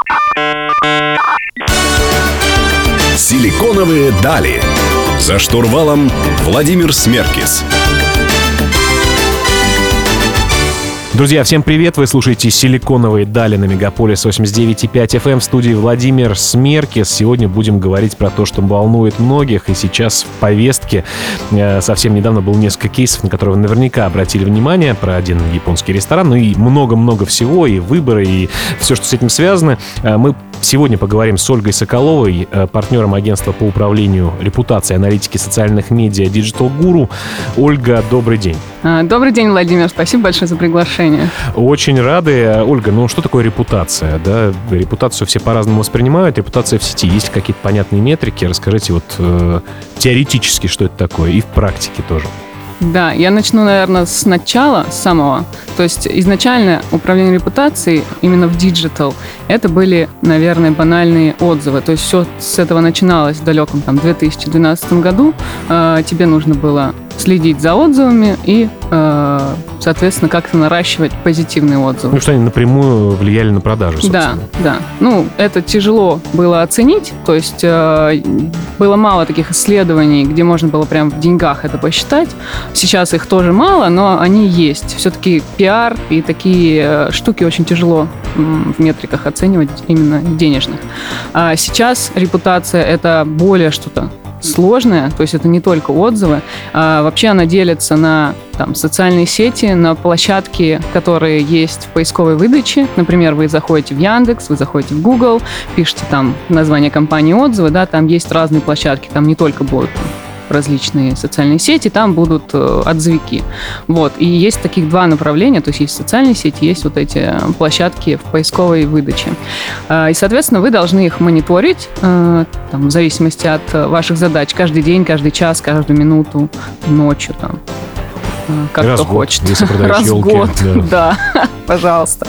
Силиконовые дали. За штурвалом Владимир Смеркис. Друзья, всем привет! Вы слушаете «Силиконовые дали» на Мегаполис 89,5 FM. В студии Владимир Смеркис. Сегодня будем говорить про то, что волнует многих. И сейчас в повестке совсем недавно было несколько кейсов, на которые вы наверняка обратили внимание. Про один японский ресторан, ну и много-много всего, и выборы, и все, что с этим связано. Мы сегодня поговорим с Ольгой Соколовой, партнером агентства по управлению репутацией аналитики социальных медиа Digital Guru. Ольга, добрый день. Добрый день, Владимир. Спасибо большое за приглашение. Очень рады. Ольга, ну что такое репутация? Да? Репутацию все по-разному воспринимают. Репутация в сети. Есть ли какие-то понятные метрики? Расскажите теоретически, что это такое, и в практике тоже. Да, я начну, наверное, с начала, с самого. То есть изначально управление репутацией именно в диджитал это были, наверное, банальные отзывы. То есть все с этого начиналось в далеком 2012 году. Тебе нужно было следить за отзывами и, соответственно, как-то наращивать позитивные отзывы. Ну, что они напрямую влияли на продажи, собственно. Да. Ну, это тяжело было оценить. То есть было мало таких исследований, где можно было прям в деньгах это посчитать. Сейчас их тоже мало, но они есть. Все-таки пиар и такие штуки очень тяжело в метриках оценивать, именно денежных. А сейчас репутация — это более что-то сложная, то есть это не только отзывы, а вообще она делится на социальные сети, на площадки, которые есть в поисковой выдаче. Например, вы заходите в Яндекс, вы заходите в Google, пишете там название компании, отзывы, да, там есть разные площадки, там не только будут различные социальные сети, там будут отзывики. Вот. И есть таких два направления, то есть есть социальные сети, есть вот эти площадки в поисковой выдаче. И, соответственно, вы должны их мониторить в зависимости от ваших задач каждый день, каждый час, каждую минуту, ночью как раз кто хочет. Раз в год, да, пожалуйста.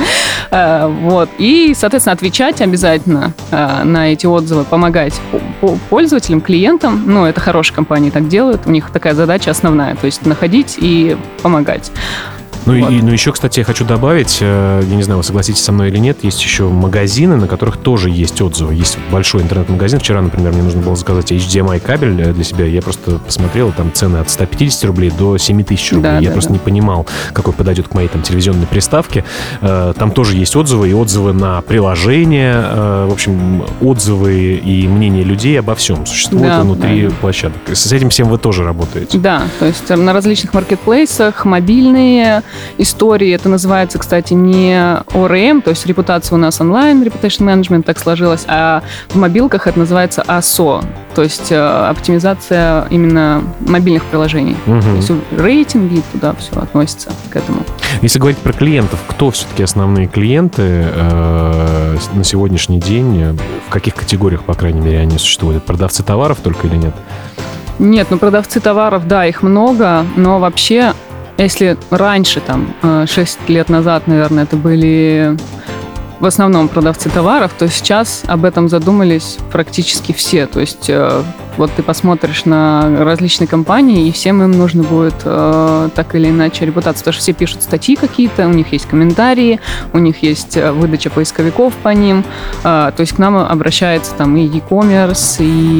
Вот. И, соответственно, отвечать обязательно на эти отзывы, помогать пользователям, клиентам. Ну, это хорошие компании так делают, у них такая задача основная, то есть находить и помогать. Ну, вот. Еще, кстати, я хочу добавить, я не знаю, вы согласитесь со мной или нет, есть еще магазины, на которых тоже есть отзывы. Есть большой интернет-магазин. Вчера, например, мне нужно было заказать HDMI кабель для себя. Я просто посмотрел, там цены от 150 рублей до 7 тысяч рублей. Я просто не понимал, какой подойдет к моей телевизионной приставке. Там тоже есть отзывы, и отзывы на приложение. В общем, отзывы и мнения людей обо всем существуют внутри площадок. С этим всем вы тоже работаете. Да, то есть на различных маркетплейсах, мобильные истории. Это называется, кстати, не ORM, то есть репутация у нас онлайн, reputation management, так сложилось, а в мобилках это называется ASO, то есть оптимизация именно мобильных приложений. То есть рейтинги туда все относится к этому. Если говорить про клиентов, кто все-таки основные клиенты на сегодняшний день? В каких категориях, по крайней мере, они существуют? Продавцы товаров только или нет? Нет, продавцы товаров, да, их много, но вообще если раньше, 6 лет назад, наверное, это были в основном продавцы товаров, то сейчас об этом задумались практически все. То есть вот ты посмотришь на различные компании, и всем им нужно будет так или иначе репутация. Потому что все пишут статьи какие-то, у них есть комментарии, у них есть выдача поисковиков по ним. То есть к нам обращается и e-commerce,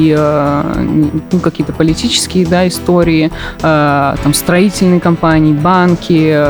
и какие-то политические истории, строительные компании, банки,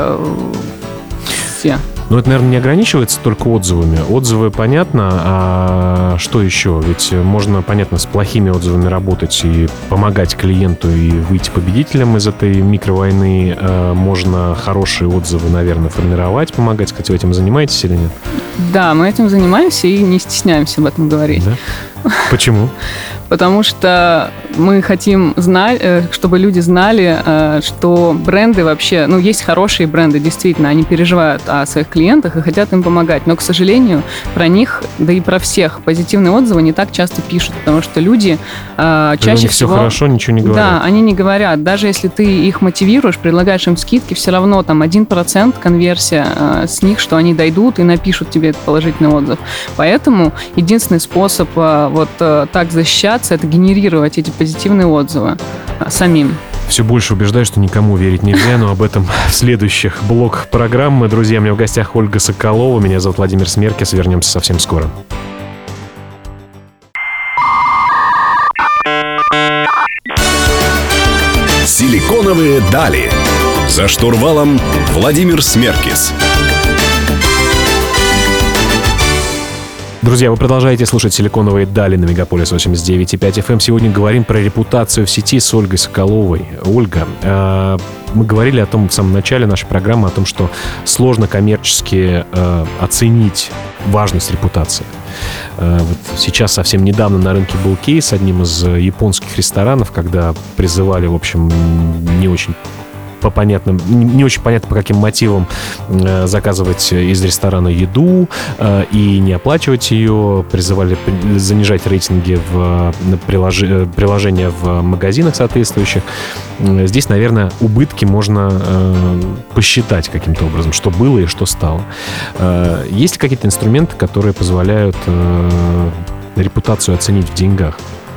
все. Но это, наверное, не ограничивается только отзывами. Отзывы понятно, а что еще? Ведь можно, понятно, с плохими отзывами работать и помогать клиенту и выйти победителем из этой микровойны. Можно хорошие отзывы, наверное, формировать, помогать. Кстати, вы этим занимаетесь или нет? Да, мы этим занимаемся и не стесняемся об этом говорить. Да? Почему? Потому что мы хотим знать, чтобы люди знали, что бренды вообще, есть хорошие бренды, действительно, они переживают о своих клиентах и хотят им помогать. Но, к сожалению, про них, да и про всех позитивные отзывы не так часто пишут, потому что люди чаще всего... все хорошо, ничего не говорят. Да, они не говорят. Даже если ты их мотивируешь, предлагаешь им скидки, все равно 1% конверсия с них, что они дойдут и напишут тебе этот положительный отзыв. Поэтому единственный способ так защищаться, это генерировать эти позитивные отзывы самим. Все больше убеждаюсь, что никому верить нельзя, но об этом в следующих блоках программы. Друзья, у меня в гостях Ольга Соколова, меня зовут Владимир Смеркис, вернемся совсем скоро. Силиконовые дали. За штурвалом Владимир Смеркис. Друзья, вы продолжаете слушать «Силиконовые дали» на Мегаполис 89.5 FM. Сегодня говорим про репутацию в сети с Ольгой Соколовой. Ольга, мы говорили о том в самом начале нашей программы, о том, что сложно коммерчески оценить важность репутации. Вот сейчас совсем недавно на рынке был кейс с одним из японских ресторанов, когда призывали, в общем, не очень понятно, по каким мотивам заказывать из ресторана еду и не оплачивать ее. Призывали занижать рейтинги в приложения в магазинах соответствующих. Здесь, наверное, убытки можно посчитать каким-то образом, что было и что стало. Есть ли какие-то инструменты, которые позволяют репутацию оценить в деньгах?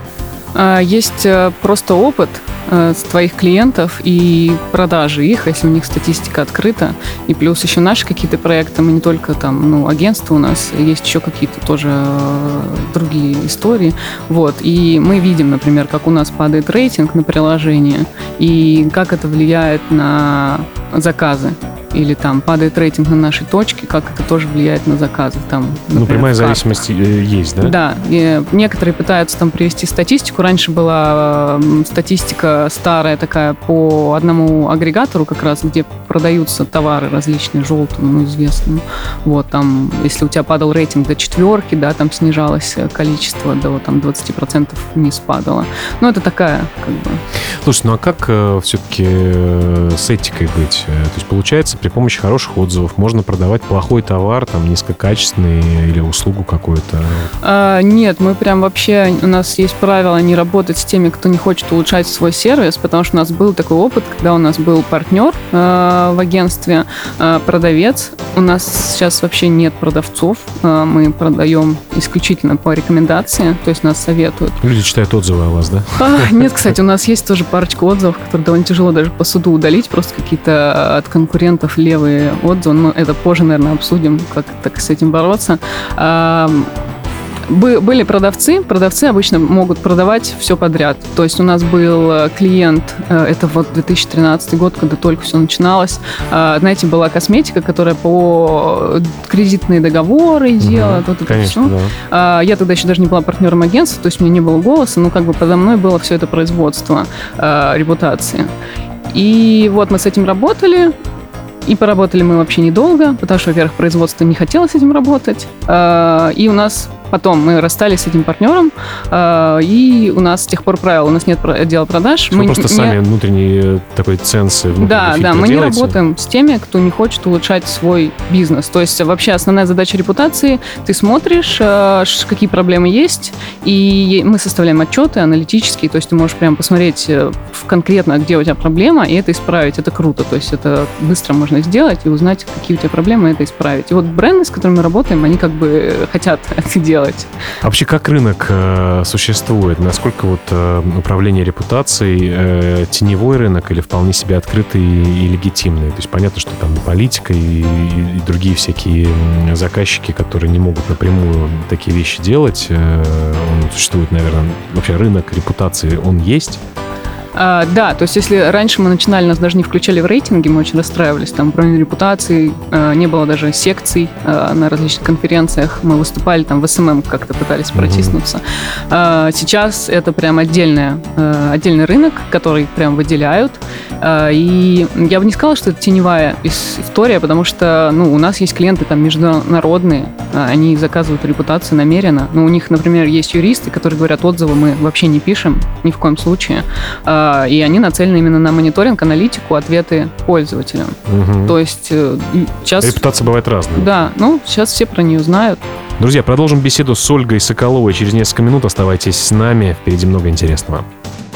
Есть просто опыт твоих клиентов и продажи их, если у них статистика открыта. И плюс еще наши какие-то проекты, мы не только там, агентство у нас, есть еще какие-то тоже другие истории. Вот. И мы видим, например, как у нас падает рейтинг на приложение и как это влияет на заказы. Или там падает рейтинг на нашей точке, как это тоже влияет на заказы. Там, например, прямая зависимость есть, да? Да. И некоторые пытаются там привести статистику. Раньше была статистика старая такая по одному агрегатору как раз, где продаются товары различные, желтому, известному. Вот там, если у тебя падал рейтинг до 4, да, там снижалось количество до там 20% вниз падало. Это такая как бы... Слушай, а как все-таки с этикой быть? То есть, получается, при помощи хороших отзывов можно продавать плохой товар, там, низкокачественный или услугу какую-то? Нет, мы прям вообще... У нас есть правило не работать с теми, кто не хочет улучшать свой сервис, потому что у нас был такой опыт, когда у нас был партнер в агентстве, продавец. У нас сейчас вообще нет продавцов. Мы продаем исключительно по рекомендации, то есть нас советуют. Люди читают отзывы о вас, да? Нет, кстати, у нас есть тоже парочка отзывов, которые довольно тяжело даже по суду удалить, просто какие-то от конкурентов левые отзывы. Это позже, наверное, обсудим, как так с этим бороться. Были продавцы обычно могут продавать все подряд. То есть у нас был клиент, это вот 2013 год, когда только все начиналось. Знаете, была косметика, которая по кредитные договоры делала. Конечно, да. Я тогда еще даже не была партнером агентства, то есть у меня не было голоса, но как бы подо мной было все это производство репутации. И вот мы с этим работали. И поработали мы вообще недолго, потому что, во-первых, производство не хотело с этим работать. И у нас потом мы расстались с этим партнером, и у нас с тех пор правило, у нас нет отдела продаж. Вы просто сами внутренние такой ценсы, внутренние фильтры мы делаете? Не работаем с теми, кто не хочет улучшать свой бизнес. То есть вообще основная задача репутации, ты смотришь, какие проблемы есть, и мы составляем отчеты аналитические, то есть ты можешь прямо посмотреть конкретно, где у тебя проблема, и это исправить. Это круто, то есть это быстро можно сделать и узнать, какие у тебя проблемы, и это исправить. И вот бренды, с которыми мы работаем, они как бы хотят это делать. А вообще, как рынок существует? Насколько вот управление репутацией теневой рынок или вполне себе открытый и легитимный? То есть понятно, что там политика и другие всякие заказчики, которые не могут напрямую такие вещи делать, он существует, наверное, вообще рынок репутации, он есть? Да, то есть если раньше мы начинали, нас даже не включали в рейтинги, мы очень расстраивались, там, управление репутацией, не было даже секций на различных конференциях, мы выступали там в СММ, как-то пытались протиснуться. Сейчас это прям отдельный рынок, который прям выделяют, и я бы не сказала, что это теневая история, потому что, у нас есть клиенты там международные, они заказывают репутацию намеренно, у них, например, есть юристы, которые говорят, отзывы мы вообще не пишем, ни в коем случае, и они нацелены именно на мониторинг, аналитику, ответы пользователям. То есть сейчас... Репутация бывает разная. Да, сейчас все про нее знают. Друзья, продолжим беседу с Ольгой Соколовой через несколько минут. Оставайтесь с нами, впереди много интересного.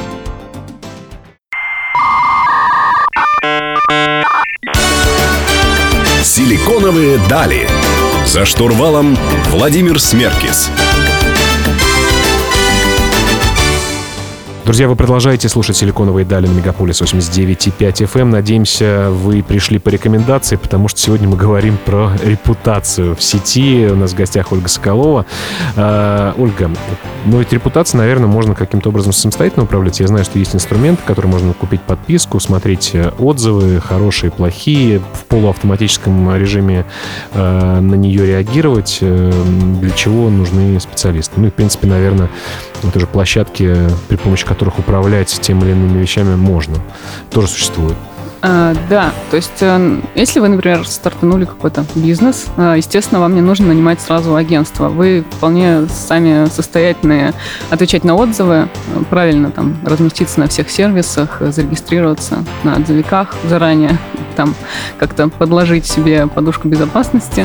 Силиконовые дали. За штурвалом Владимир Смеркис. Друзья, вы продолжаете слушать «Силиконовые дали» на Мегаполис 89,5 FM. Надеемся, вы пришли по рекомендации, потому что сегодня мы говорим про репутацию в сети. У нас в гостях Ольга Соколова. Ольга, ну ведь репутацию, наверное, можно каким-то образом самостоятельно управлять. Я знаю, что есть инструменты, которые можно купить подписку, смотреть отзывы, хорошие, плохие, в полуавтоматическом режиме на нее реагировать. Для чего нужны специалисты? Ну и, в принципе, наверное, это же площадки, при помощи которых управлять теми или иными вещами можно. Тоже существует. Да, то есть если вы, например, стартанули какой-то бизнес, естественно, вам не нужно нанимать сразу агентство. Вы вполне сами состоятельные отвечать на отзывы, правильно там разместиться на всех сервисах, зарегистрироваться на отзывиках заранее, там как-то подложить себе подушку безопасности.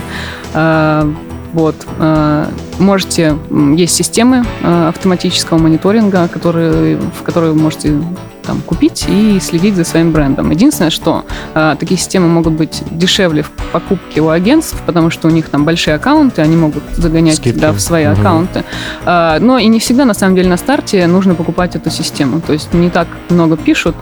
Вот. Можете, есть системы автоматического мониторинга, в которые вы можете там купить и следить за своим брендом. Единственное, что такие системы могут быть дешевле в покупке у агентств, потому что у них там большие аккаунты, они могут загонять в свои аккаунты. Но и не всегда, на самом деле, на старте нужно покупать эту систему. То есть не так много пишут,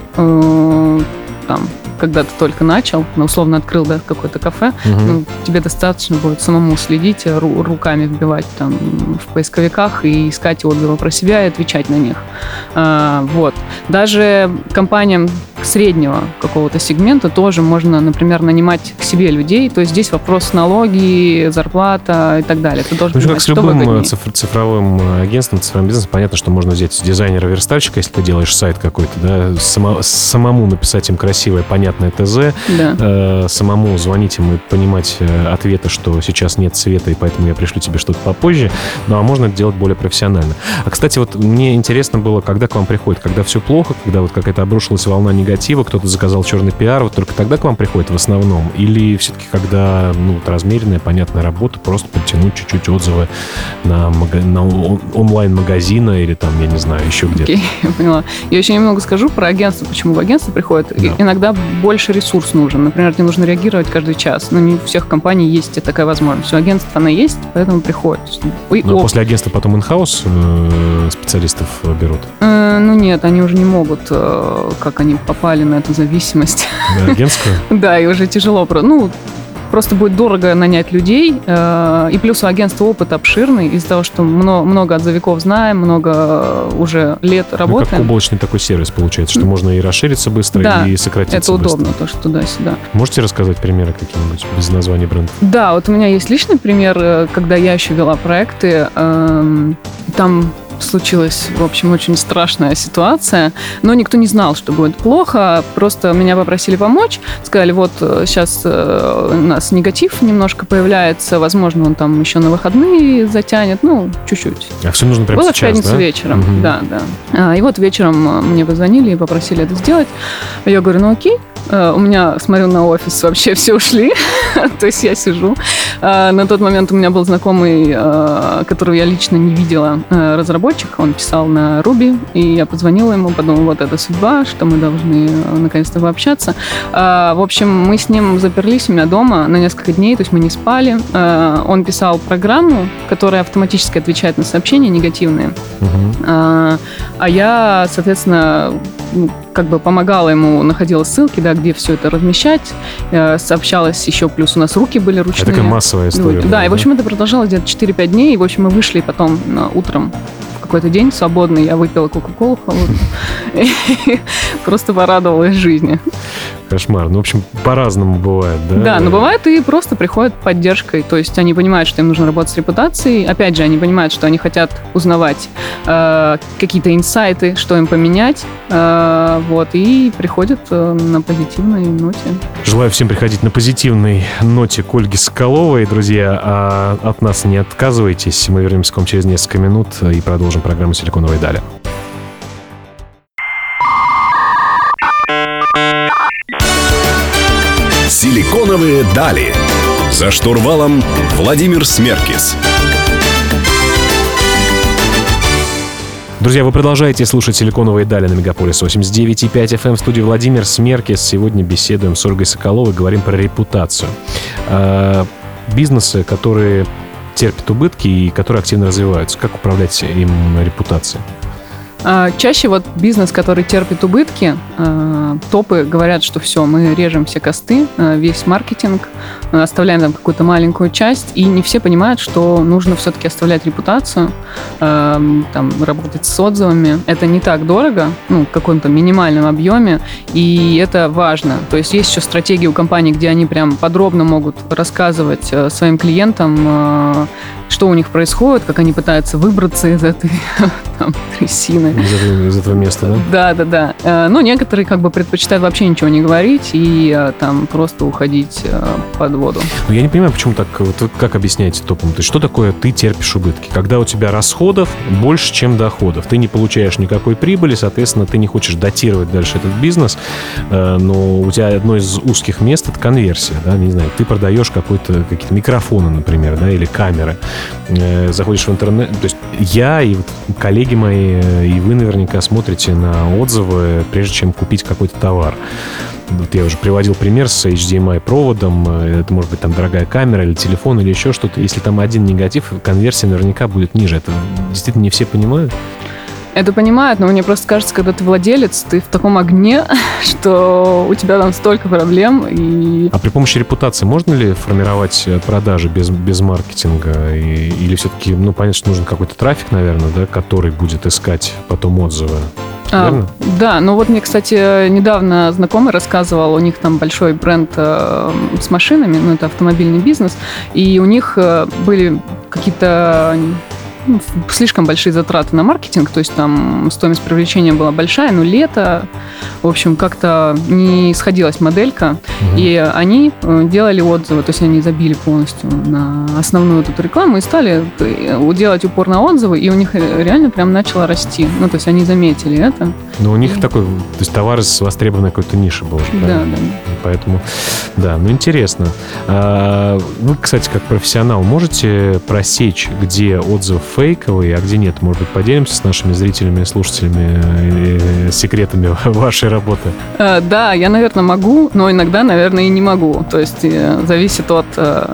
там, когда ты только начал, условно открыл какое-то кафе, тебе достаточно будет самому следить, руками вбивать там в поисковиках и искать отзывы про себя и отвечать на них. Вот. Даже компаниям среднего какого-то сегмента тоже можно, например, нанимать к себе людей. То есть здесь вопрос налоги, зарплата и так далее. Ты должен понимать, как с любым цифровым агентством, цифровым бизнесом, понятно, что можно взять дизайнера-верстальщика, если ты делаешь сайт какой-то, да, самому написать им красивое, понятное ТЗ, самому звонить им и понимать ответы, что сейчас нет света, и поэтому я пришлю тебе что-то попозже. Ну, а можно это делать более профессионально. А, кстати, вот мне интересно было, когда к вам приходит, когда все плохо, когда вот какая-то обрушилась волна негатива, кто-то заказал черный пиар, вот только тогда к вам приходит в основном? Или все-таки когда размеренная, понятная работа, просто подтянуть чуть-чуть отзывы на онлайн-магазина или там, я не знаю, еще где-то? Окей, я поняла. Я еще немного скажу про агентство, почему в агентство приходит. Да. Иногда больше ресурс нужен. Например, тебе нужно реагировать каждый час. Но не у всех компаний есть такая возможность. У агентства она есть, поэтому приходит. Но после агентства потом in-house специалистов берут? Ну нет, они уже не могут, как они попали на эту зависимость. На агентскую? Да, и уже тяжело. Просто будет дорого нанять людей, и плюс у агентства опыт обширный, из-за того, что много отзывиков знаем, много уже лет работаем. Как облачный такой сервис получается, что можно и расшириться быстро, да, и сократиться это удобно, быстро. То, что туда-сюда. Можете рассказать примеры какие-нибудь без названия брендов? Да, вот у меня есть личный пример, когда я еще вела проекты, там случилась, в общем, очень страшная ситуация, но никто не знал, что будет плохо, просто меня попросили помочь, сказали, вот сейчас у нас негатив немножко появляется, возможно, он там еще на выходные затянет, чуть-чуть. А все нужно прямо было сейчас, в пятницу вечером, да. И вот вечером мне позвонили и попросили это сделать. Я говорю, окей. У меня, смотрю на офис, вообще все ушли, то есть я сижу. На тот момент у меня был знакомый, которого я лично не видела, разработчик, он писал на Ruby, и я позвонила ему, подумала, вот это судьба, что мы должны наконец-то пообщаться. В общем, мы с ним заперлись у меня дома на несколько дней, то есть мы не спали. Он писал программу, которая автоматически отвечает на сообщения негативные, а я, соответственно, как бы помогала ему, находила ссылки, да, где все это размещать, сообщалась еще, плюс у нас руки были ручные. Это такая массовая история. Да, и, в общем, это продолжалось где-то 4-5 дней, и, в общем, мы вышли потом утром в какой-то день свободный, я выпила кока-колу холодную и просто порадовалась жизни. Кошмар. В общем, по-разному бывает, да? Да, но бывает и просто приходит поддержкой. То есть они понимают, что им нужно работать с репутацией. Опять же, они понимают, что они хотят узнавать какие-то инсайты, что им поменять. И приходят на позитивной ноте. Желаю всем приходить на позитивной ноте к Ольге Соколовой. Друзья, а от нас не отказывайтесь. Мы вернемся к вам через несколько минут и продолжим программу «Силиконовые дали». «Силиконовые дали». За штурвалом Владимир Смеркис. Друзья, вы продолжаете слушать «Силиконовые дали» на Мегаполис 89,5 FM. В студии Владимир Смеркис. Сегодня беседуем с Ольгой Соколовой, говорим про репутацию. Бизнесы, которые терпят убытки и которые активно развиваются. Как управлять им репутацией? Чаще вот бизнес, который терпит убытки, топы говорят, что все, мы режем все косты, весь маркетинг, оставляем там какую-то маленькую часть, и не все понимают, что нужно все-таки оставлять репутацию, там, работать с отзывами. Это не так дорого, в каком-то минимальном объеме, и это важно. То есть есть еще стратегии у компаний, где они прям подробно могут рассказывать своим клиентам, что у них происходит, как они пытаются выбраться из этой трясины. Из этого места, да? Да. Но некоторые как бы предпочитают вообще ничего не говорить и там просто уходить под воду. Но я не понимаю, почему так, вот как объясняете топом? То есть что такое ты терпишь убытки? Когда у тебя расходов больше, чем доходов. Ты не получаешь никакой прибыли, соответственно, ты не хочешь датировать дальше этот бизнес, но у тебя одно из узких мест — это конверсия, да, не знаю, ты продаешь какие-то микрофоны, например, да, или камеры. Заходишь в интернет, то есть я и вот коллеги мои, и вы наверняка смотрите на отзывы, прежде чем купить какой-то товар. Вот я уже приводил пример с HDMI проводом, это может быть там дорогая камера или телефон или еще что-то. Если там один негатив, конверсия наверняка будет ниже. Это действительно не все понимают? Это понимают, но мне просто кажется, когда ты владелец, ты в таком огне, что у тебя там столько проблем. А при помощи репутации можно ли формировать продажи без маркетинга? Или все-таки, понятно, что нужен какой-то трафик, наверное, да, который будет искать потом отзывы? Да, вот мне, кстати, недавно знакомый рассказывал, у них там большой бренд с машинами, это автомобильный бизнес, и у них были какие-то слишком большие затраты на маркетинг, то есть там стоимость привлечения была большая, но лето, в общем, как-то не сходилась моделька, и они делали отзывы, то есть они забили полностью на основную эту рекламу и стали делать упор на отзывы, и у них реально прям начало расти, то есть они заметили это. Но у них такой, то есть товар из востребованной какой-то ниши был же, правильно? Да. Поэтому, да, интересно. Вы, кстати, как профессионал, можете просечь, где отзыв фейковый, а где нет? Может быть, поделимся с нашими зрителями и слушателями секретами вашей работы? Да, я, наверное, могу, но иногда, наверное, и не могу. То есть зависит от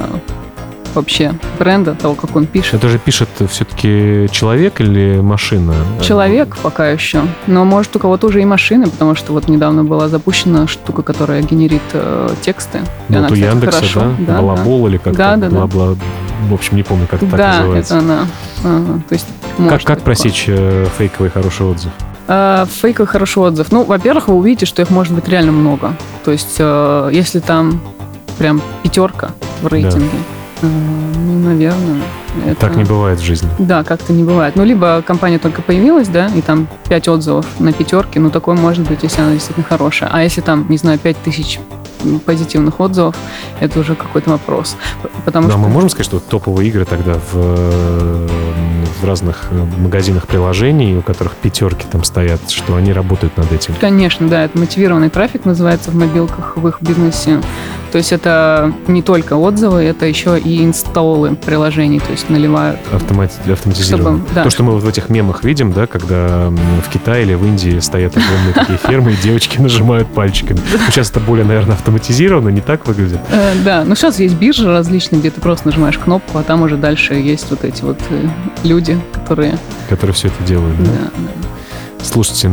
вообще бренда, того, как он пишет. Это же пишет все-таки человек или машина? Человек пока еще. Но может у кого-то уже и машины, потому что вот недавно была запущена штука, которая генерит тексты. Вот у Яндекса, да? Балабол или как-то? Да. Бла-бла. В общем, не помню, как это так называется. Да, это она. То есть, как просечь фейковый хороший отзыв? Фейковый хороший отзыв. Во-первых, вы увидите, что их может быть реально много. То есть, если там прям 5 в рейтинге, наверное. Так не бывает в жизни. Да, как-то не бывает. Либо компания только появилась, да, и там 5 отзывов на 5, такое может быть, если она действительно хорошая. А если там, не знаю, 5000 позитивных отзывов, это уже какой-то вопрос. Потому что... мы можем сказать, что топовые игры тогда в разных магазинах приложений, у которых 5 там стоят, что они работают над этим? Конечно, да, это мотивированный трафик называется в мобилках, в их бизнесе. То есть это не только отзывы, это еще и инсталлы приложений, то есть наливают. Автоматизированно. То, что мы вот в этих мемах видим, да, когда в Китае или в Индии стоят огромные такие фермы, и девочки нажимают пальчиками. Сейчас это более, наверное, автоматизировано, не так выглядит? Да, сейчас есть биржи различные, где ты просто нажимаешь кнопку, а там уже дальше есть вот эти вот люди, которые все это делают, да? Да. Слушайте,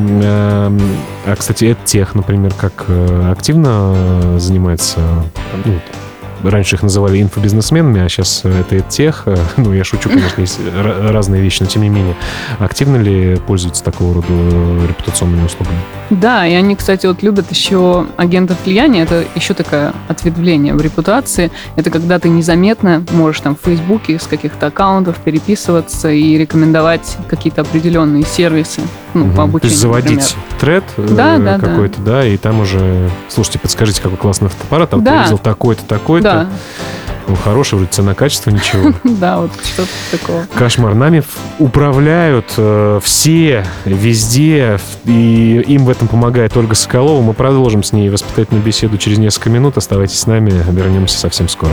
кстати, EdTech, например, как активно занимается, раньше их называли инфобизнесменами, а сейчас это EdTech, я шучу, конечно, есть разные вещи, но тем не менее, активно ли пользуются такого рода репутационными услугами? Да, и они, кстати, любят еще агентов влияния, это еще такое ответвление в репутации, это когда ты незаметно можешь там в Фейсбуке с каких-то аккаунтов переписываться и рекомендовать какие-то определенные сервисы, по обучению, то есть заводить тред какой-то, да, и там уже, слушайте, подскажите, какой классный фотоаппарат, там повезло такой-то, такой-то. Да. Хороший, вроде цена-качество, ничего. Да, вот что-то такого. Кошмар. Нами управляют все, везде, и им в этом помогает Ольга Соколова. Мы продолжим с ней воспитательную беседу через несколько минут. Оставайтесь с нами, вернемся совсем скоро.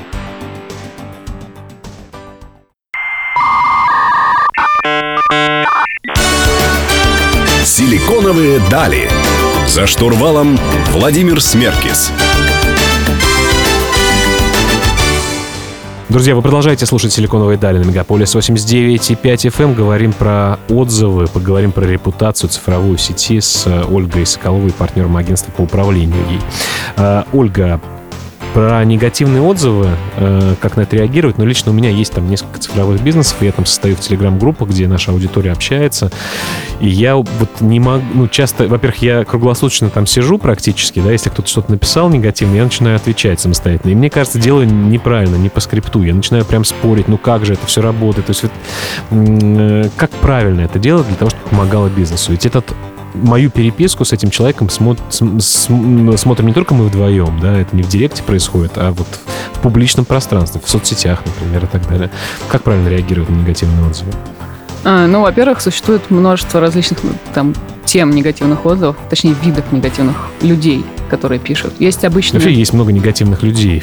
Силиконовые дали. За штурвалом Владимир Смеркис. Друзья, вы продолжаете слушать «Силиконовые дали» на Мегаполис 89,5 FM. Говорим про отзывы, поговорим про репутацию цифровой сети с Ольгой Соколовой, партнером агентства по управлению ей. Ольга, про негативные отзывы, как на это реагировать, но лично у меня есть там несколько цифровых бизнесов, и я там состою в телеграм-группах, где наша аудитория общается, и я вот не могу, часто, во-первых, я круглосуточно там сижу практически, да, если кто-то что-то написал негативно, я начинаю отвечать самостоятельно, и мне кажется, делаю неправильно, не по скрипту, я начинаю прям спорить, как же это все работает, то есть вот, как правильно это делать для того, чтобы помогало бизнесу, ведь мою переписку с этим человеком смотрим не только мы вдвоем, да, это не в директе происходит, а вот в публичном пространстве, в соцсетях, например, и так далее. Как правильно реагировать на негативные отзывы? Во-первых, существует множество различных тем негативных отзывов, точнее, видов негативных людей, которые пишут. Есть обычные... Вообще есть много негативных людей,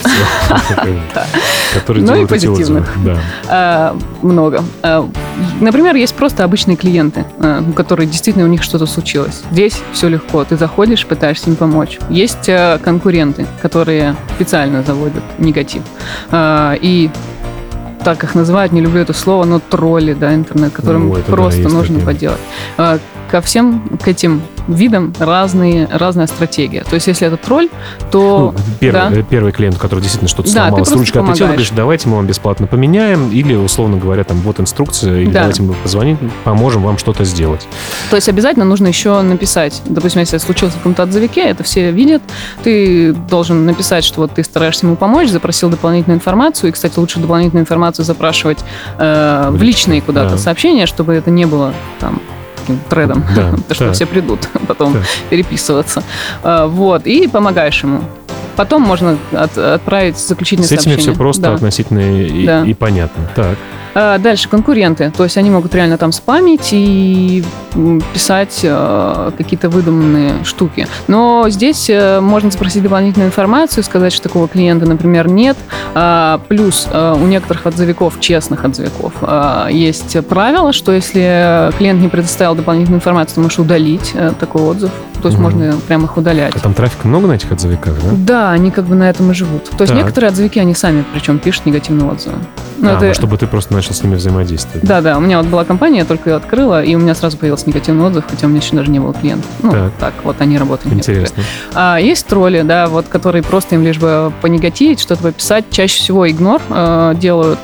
которые делают эти отзывы. Много. Например, есть просто обычные клиенты, которые действительно у них что-то случилось. Здесь все легко. Ты заходишь, пытаешься им помочь. Есть конкуренты, которые специально заводят негатив. И так их называют, не люблю это слово, но тролли, да, интернет, которым просто нужно поделать. Ко всем к этим видам разная стратегия. То есть, если это тролль, то... Первый клиент, который действительно что-то сломал, с ручкой отлетел, говоришь, давайте мы вам бесплатно поменяем, или, условно говоря, там, вот инструкция, или давайте мы позвоним, поможем вам что-то сделать. То есть, обязательно нужно еще написать. Допустим, если случилось в каком-то отзывике, это все видят, ты должен написать, что вот ты стараешься ему помочь, запросил дополнительную информацию, и, кстати, лучше дополнительную информацию запрашивать в личные куда-то сообщения, чтобы это не было там тредом, потому что все придут потом переписываться. И помогаешь ему. Потом можно отправить заключительное сообщение. С этими все просто относительно и понятно. Так. Дальше конкуренты. То есть они могут реально там спамить и писать какие-то выдуманные штуки. Но здесь можно спросить дополнительную информацию, сказать, что такого клиента, например, нет. Плюс у некоторых отзывиков, честных отзывиков, есть правило, что если клиент не предоставил дополнительную информацию, ты можешь удалить такой отзыв. То есть можно прям их удалять. А там трафика много на этих отзывиках, да? Да, они как бы на этом и живут. То есть некоторые отзывики, они сами причем пишут негативные отзывы. Чтобы ты просто начал с ними взаимодействовать. Да, у меня вот была компания, я только ее открыла, и у меня сразу появился негативный отзыв, хотя у меня еще даже не было клиентов. Так, вот они работают. Интересно. Есть тролли, которые просто им лишь бы понегативить, что-то пописать. Чаще всего игнор делают,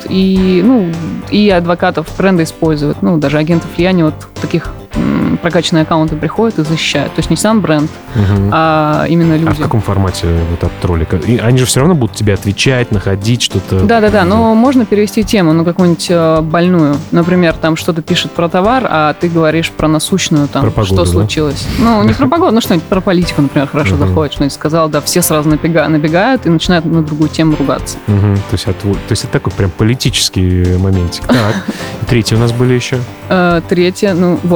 и адвокатов бренда используют. Даже агентов влияния вот таких прокачанные аккаунты приходят и защищают. То есть не сам бренд, а именно люди. А в каком формате вот этот ролик? И они же все равно будут тебе отвечать, находить что-то. Да, но можно перевести тему, какую-нибудь больную. Например, там что-то пишет про товар, а ты говоришь про насущную, там, про погоду, что случилось. Не про погоду, что-нибудь про политику, например, хорошо заходит, что-нибудь сказал, все сразу набегают и начинают на другую тему ругаться. То есть это такой прям политический моментик. Так, третьи у нас были еще? Третье,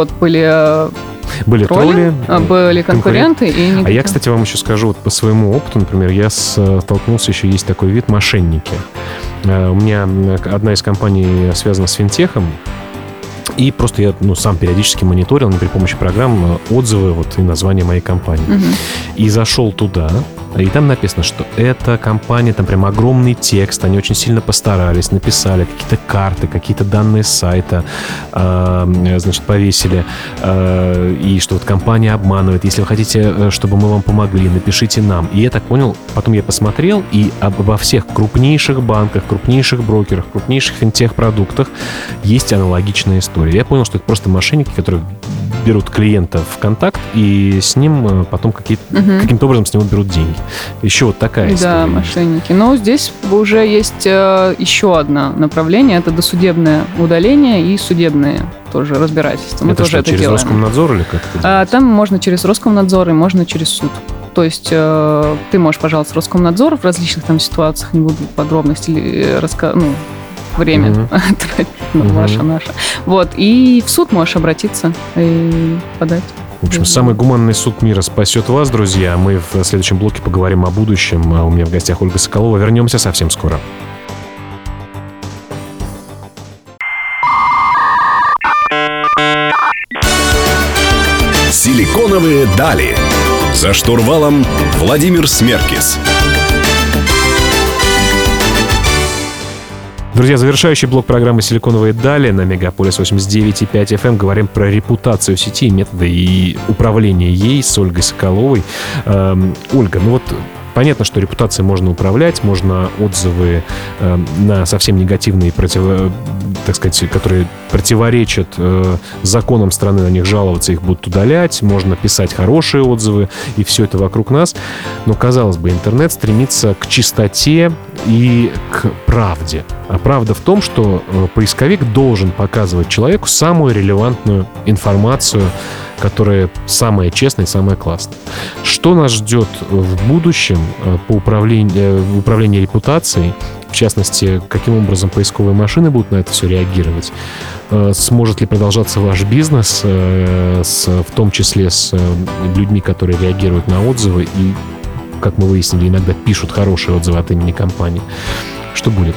были тролли, были конкуренты и негатив. А я, кстати, вам еще скажу, вот по своему опыту, например, я столкнулся, еще есть такой вид мошенники. У меня одна из компаний связана с финтехом, и просто я сам периодически мониторил при помощи программ отзывы и название моей компании. И зашел туда, и там написано, что эта компания, там прям огромный текст, они очень сильно постарались, написали какие-то карты, какие-то данные с сайта, повесили, и что вот компания обманывает. Если вы хотите, чтобы мы вам помогли, напишите нам. И я так понял, потом я посмотрел, и обо всех крупнейших банках, крупнейших брокерах, крупнейших финтех-продуктах есть аналогичная история. Я понял, что это просто мошенники, которые берут клиента в контакт, и с ним потом каким-то образом с него берут деньги. Еще вот такая история. Да, мошенники. Но здесь уже есть еще одно направление. Это досудебное удаление и судебные тоже разбирательства. Мы тоже это через делаем. Роскомнадзор или как это? Там можно через Роскомнадзор и можно через суд. То есть ты можешь, пожалуйста, Роскомнадзор в различных там ситуациях, не буду подробностей время тратить наше. И в суд можешь обратиться и подать. В общем, самый гуманный суд мира спасет вас, друзья. Мы в следующем блоке поговорим о будущем. У меня в гостях Ольга Соколова. Вернемся совсем скоро. Силиконовые дали. За штурвалом Владимир Смеркис. Друзья, завершающий блок программы «Силиконовые дали» на Мегаполис 89,5 FM. Говорим про репутацию сети, методы и управление ей с Ольгой Соколовой. Ольга, ну вот понятно, что репутацией можно управлять, можно отзывы на совсем негативные, так сказать, которые противоречат законам страны, на них жаловаться, их будут удалять, можно писать хорошие отзывы, и все это вокруг нас. Но, казалось бы, интернет стремится к чистоте и к правде. А правда в том, что поисковик должен показывать человеку самую релевантную информацию, которая самая честная и самая классная. Что нас ждет в будущем по управлению репутацией? В частности, каким образом поисковые машины будут на это все реагировать? Сможет ли продолжаться ваш бизнес, в том числе с людьми, которые реагируют на отзывы и, как мы выяснили, иногда пишут хорошие отзывы от имени компании? Что будет?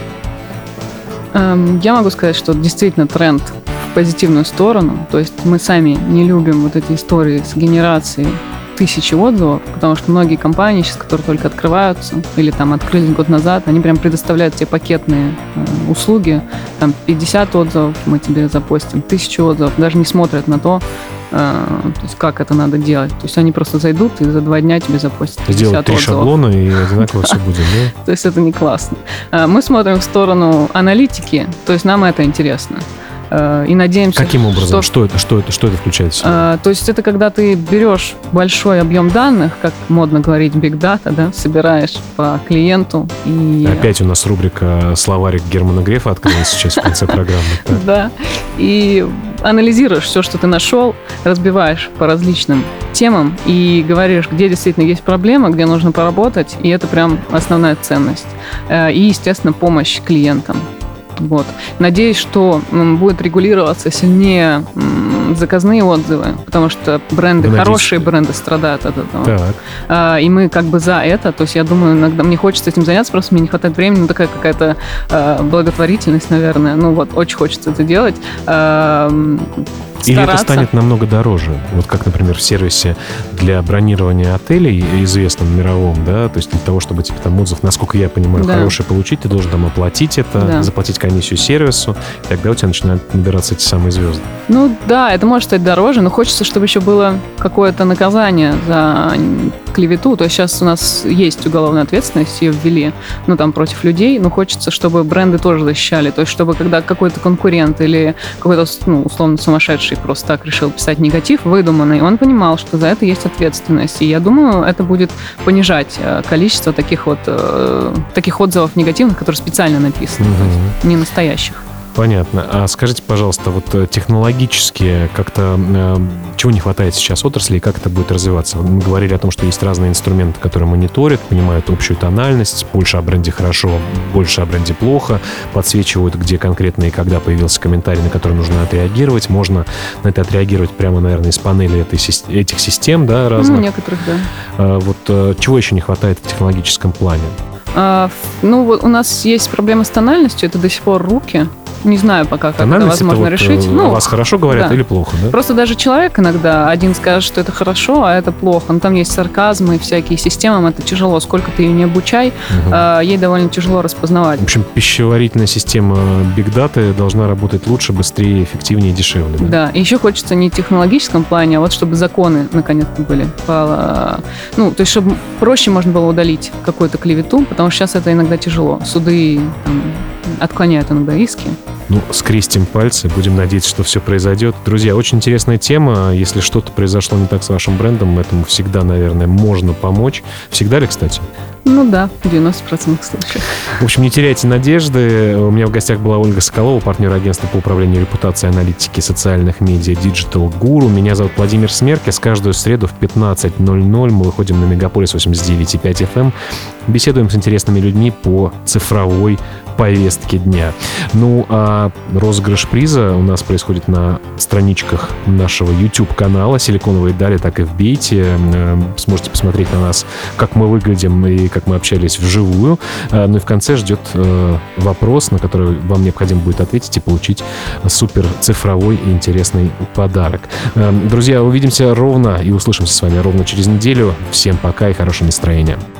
Я могу сказать, что действительно тренд в позитивную сторону. То есть мы сами не любим вот эти истории с генерацией тысячи отзывов, потому что многие компании сейчас, которые только открываются или там открылись год назад, они прям предоставляют тебе пакетные услуги. Там 50 отзывов мы тебе запостим, 1000 отзывов. Даже не смотрят на то есть как это надо делать. То есть они просто зайдут и за 2 дня тебе запостят 50 отзывов. Сделать 3 шаблона и одинаково все будет, да? То есть это не классно. Мы смотрим в сторону аналитики, то есть нам это интересно. И надеемся... Каким образом? Что это включает в себя? То есть это когда ты берешь большой объем данных, как модно говорить, big data, да, собираешь по клиенту и... Опять у нас рубрика «Словарик Германа Грефа» открылась сейчас в конце программы. Да, и анализируешь все, что ты нашел, разбиваешь по различным темам и говоришь, где действительно есть проблема, где нужно поработать, и это прям основная ценность. И, естественно, помощь клиентам. Вот. Надеюсь, что будет регулироваться сильнее заказные отзывы, потому что бренды, хорошие бренды страдают от этого. Так. И мы как бы за это. То есть я думаю, иногда мне хочется этим заняться, просто мне не хватает времени, ну такая какая-то благотворительность, наверное. Ну вот, очень хочется это делать. Или это станет намного дороже. Вот как, например, в сервисе для бронирования отелей, известном мировом, да, то есть для того, чтобы тебе там отзыв, насколько я понимаю, хороший получить, ты должен там оплатить это, заплатить комиссию сервису, и тогда у тебя начинают набираться эти самые звезды. Ну да, это может стать дороже, но хочется, чтобы еще было какое-то наказание за клевету. То есть сейчас у нас есть уголовная ответственность, ее ввели, ну там против людей, но хочется, чтобы бренды тоже защищали. То есть чтобы когда какой-то конкурент или какой-то, ну, условно сумасшедший просто так решил писать негатив, выдуманный, он понимал, что за это есть ответственность. И я думаю, это будет понижать количество таких отзывов негативных, которые специально написаны, то есть не настоящих. Понятно. А скажите, пожалуйста, вот технологически как-то чего не хватает сейчас отрасли и как это будет развиваться? Мы говорили о том, что есть разные инструменты, которые мониторят, понимают общую тональность, больше о бренде хорошо, больше о бренде плохо, подсвечивают, где конкретно и когда появился комментарий, на который нужно отреагировать. Можно на это отреагировать прямо, наверное, из панели этих систем, да, разных. Ну, некоторых, да. Вот чего еще не хватает в технологическом плане? Ну, вот у нас есть проблема с тональностью, это до сих пор руки. Не знаю пока, как это возможно решить. Ну, вас хорошо говорят или плохо, да? Просто даже человек иногда один скажет, что это хорошо, а это плохо. Но там есть сарказм и всякие системам, это тяжело. Сколько ты ее не обучай, ей довольно тяжело распознавать. В общем, пищеварительная система Big Data должна работать лучше, быстрее, эффективнее и дешевле. Да, и еще хочется не в технологическом плане, а вот чтобы законы наконец-то были. Ну, то есть, чтобы проще можно было удалить какую-то клевету, потому что сейчас это иногда тяжело. Суды там отклоняют иногда иски. Ну, скрестим пальцы, будем надеяться, что все произойдет. Друзья, очень интересная тема. Если что-то произошло не так с вашим брендом, этому всегда, наверное, можно помочь. Всегда ли, кстати? Ну да, в 90% случаев. В общем, не теряйте надежды. У меня в гостях была Ольга Соколова, партнер агентства по управлению репутацией, аналитики социальных медиа Digital Guru. Меня зовут Владимир Смеркис. Каждую среду в 15:00 мы выходим на Мегаполис 89,5 FM. Беседуем с интересными людьми по цифровой повестке дня. Ну, а розыгрыш приза у нас происходит на страничках нашего YouTube-канала «Силиконовые дали», так и вбейте. Сможете посмотреть на нас, как мы выглядим и как мы общались вживую. Ну и в конце ждет вопрос, на который вам необходимо будет ответить и получить супер цифровой и интересный подарок. Друзья, увидимся ровно и услышимся с вами ровно через неделю. Всем пока и хорошего настроения.